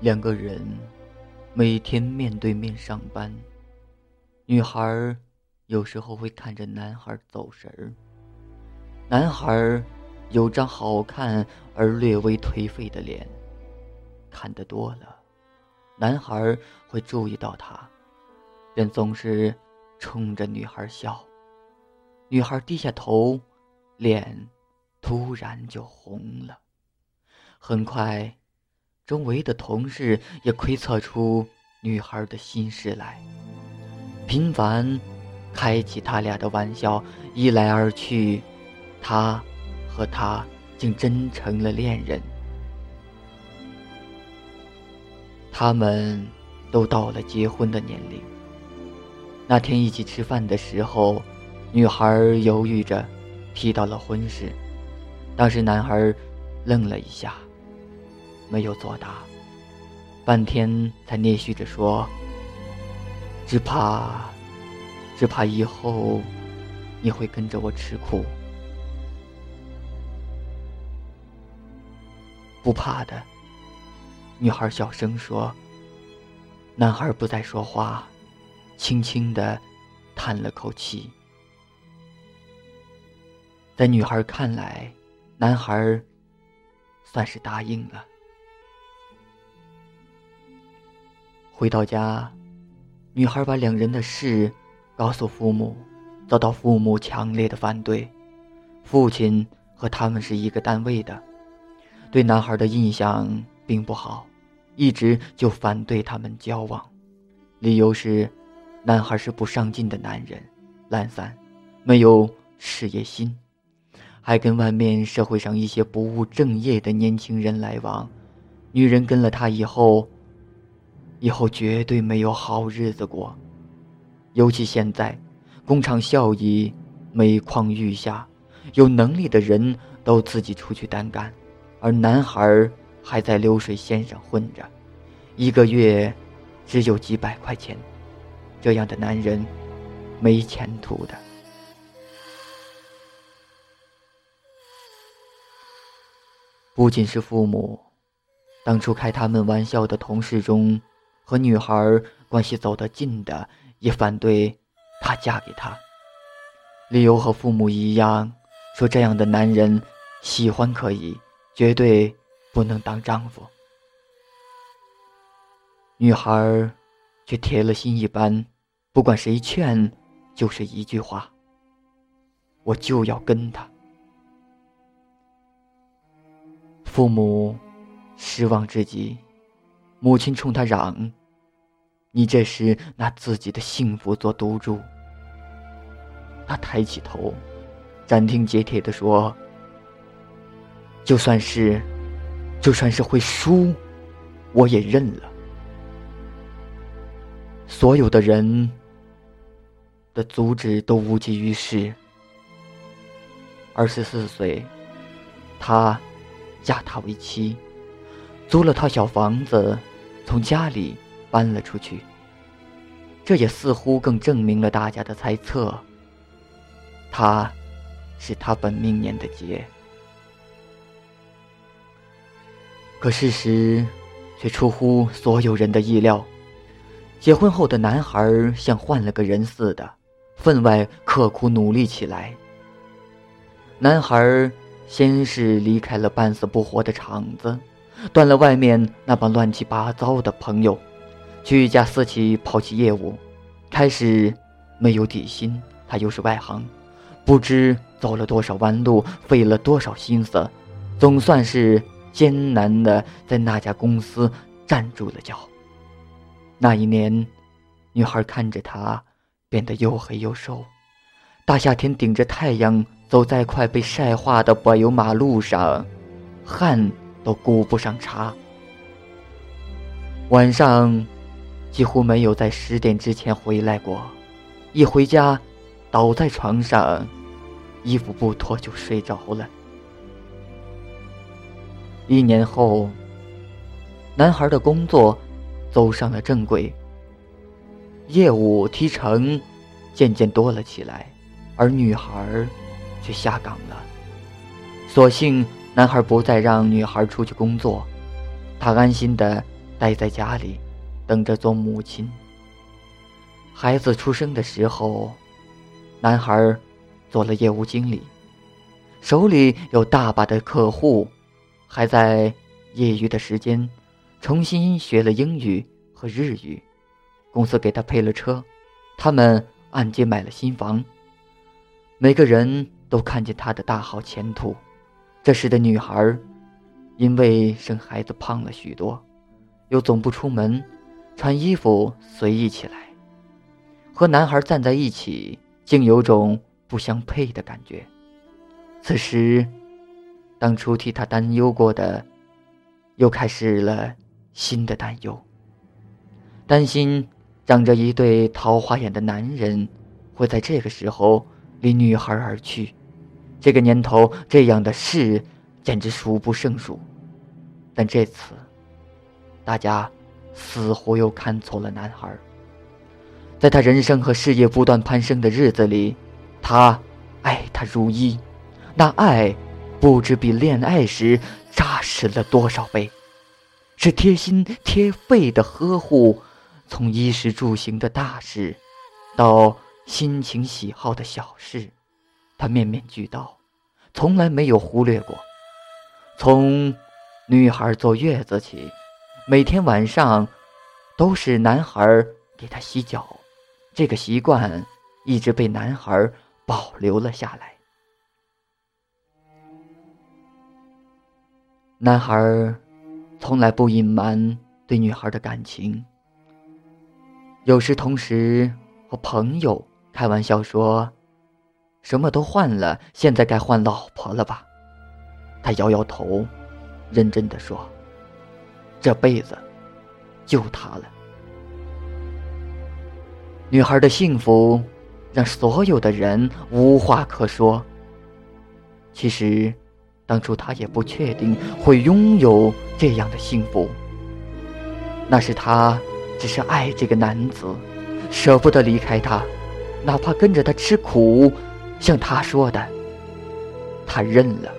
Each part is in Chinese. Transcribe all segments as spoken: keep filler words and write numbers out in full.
两个人每天面对面上班，女孩有时候会看着男孩走神儿。男孩有张好看而略微颓废的脸，看得多了，男孩会注意到他，便总是冲着女孩笑。女孩低下头，脸突然就红了。很快，周围的同事也窥测出女孩的心事来，频繁开起他俩的玩笑，一来二去，他和她竟真成了恋人。他们都到了结婚的年龄。那天一起吃饭的时候，女孩犹豫着提到了婚事，当时男孩愣了一下，没有作答，半天才捏虚着说：只怕只怕以后你会跟着我吃苦。不怕的，女孩小声说。男孩不再说话，轻轻地叹了口气。在女孩看来，男孩算是答应了。回到家，女孩把两人的事告诉父母，遭到父母强烈的反对。父亲和他们是一个单位的，对男孩的印象并不好，一直就反对他们交往。理由是男孩是不上进的男人，懒散，没有事业心，还跟外面社会上一些不务正业的年轻人来往。女人跟了他以后以后绝对没有好日子过。尤其现在工厂效益每况愈下，有能力的人都自己出去单干，而男孩还在流水线上混着，一个月只有几百块钱，这样的男人没前途的。不仅是父母，当初开他们玩笑的同事中，和女孩关系走得近的也反对她嫁给他，理由和父母一样，说这样的男人喜欢可以，绝对不能当丈夫。女孩却铁了心一般，不管谁劝，就是一句话：我就要跟他。父母失望至极，母亲冲他嚷：你这是拿自己的幸福做赌注。他抬起头，斩钉截铁地说：就算是就算是会输，我也认了。所有的人的阻止都无济于事。二十四岁，他嫁他为妻，租了套小房子，从家里搬了出去。这也似乎更证明了大家的猜测，他是他本命年的劫。可事实却出乎所有人的意料，结婚后的男孩像换了个人似的，分外刻苦努力起来。男孩先是离开了半死不活的厂子，断了外面那帮乱七八糟的朋友，去一家私企跑起业务。开始没有底薪，他又是外行，不知走了多少弯路，费了多少心思，总算是艰难的在那家公司站住了脚。那一年，女孩看着他变得又黑又瘦，大夏天顶着太阳走在快被晒化的柏油马路上，汗都顾不上擦。晚上几乎没有在十点之前回来过，一回家倒在床上，衣服不脱就睡着了。一年后，男孩的工作走上了正轨，业务提成渐渐多了起来，而女孩却下岗了。索性男孩不再让女孩出去工作，他安心地待在家里，等着做母亲。孩子出生的时候，男孩做了业务经理，手里有大把的客户，还在业余的时间重新学了英语和日语。公司给他配了车，他们按揭买了新房，每个人都看见他的大好前途。这时的女孩因为生孩子胖了许多，又总不出门，穿衣服随意起来，和男孩站在一起竟有种不相配的感觉。此时当初替他担忧过的又开始了新的担忧，担心长着一对桃花眼的男人会在这个时候离女孩而去。这个年头这样的事简直数不胜数，但这次大家似乎又看错了男孩。在他人生和事业不断攀升的日子里，他爱他如一，那爱不知比恋爱时扎实了多少倍，是贴心贴肺的呵护，从衣食住行的大事到心情喜好的小事，他面面俱到，从来没有忽略过。从女孩坐月子起，每天晚上都是男孩给她洗脚，这个习惯一直被男孩保留了下来。男孩从来不隐瞒对女孩的感情，有时同时和朋友开玩笑说，什么都换了，现在该换老婆了吧。他摇摇头，认真地说，这辈子就她了。女孩的幸福让所有的人无话可说。其实当初她也不确定会拥有这样的幸福，那是她只是爱这个男子，舍不得离开他，哪怕跟着他吃苦，像他说的，他认了。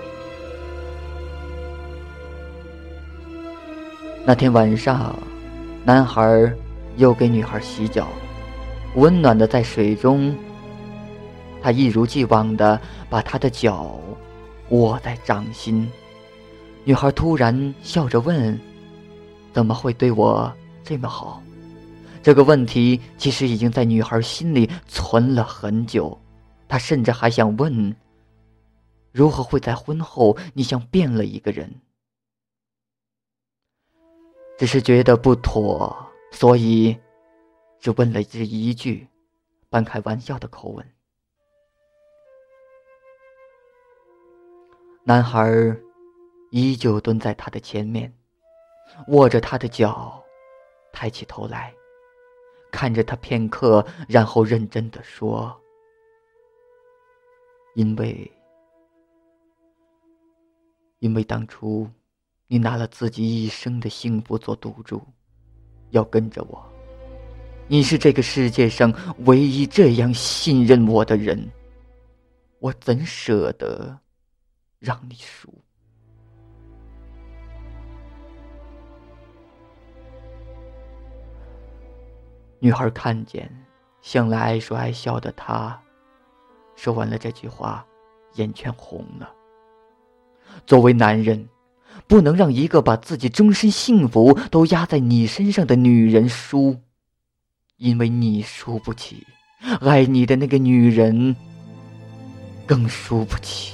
那天晚上，男孩又给女孩洗脚，温暖的在水中，他一如既往的把她的脚握在掌心。女孩突然笑着问，怎么会对我这么好？这个问题其实已经在女孩心里存了很久，她甚至还想问，如何会在婚后你像变了一个人？只是觉得不妥，所以只问了这一句，半开玩笑的口吻。男孩依旧蹲在她的前面，握着她的脚，抬起头来看着她片刻，然后认真地说，因为因为当初你拿了自己一生的幸福做赌注，要跟着我，你是这个世界上唯一这样信任我的人，我怎舍得让你输？女孩看见向来爱说爱笑的他，说完了这句话，眼圈红了。作为男人，不能让一个把自己终身幸福都压在你身上的女人输，因为你输不起，爱你的那个女人更输不起。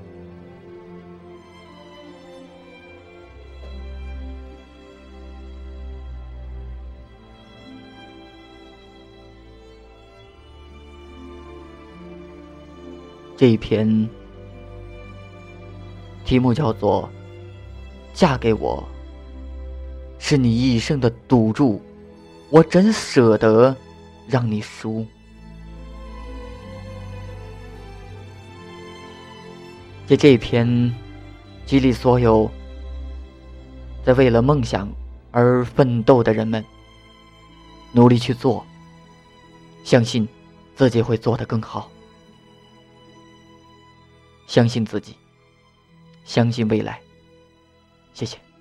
这一篇题目叫做嫁给我是你一生的赌注，我怎舍得让你输？借这一篇激励所有在为了梦想而奋斗的人们，努力去做，相信自己会做得更好，相信自己，相信未来。谢谢。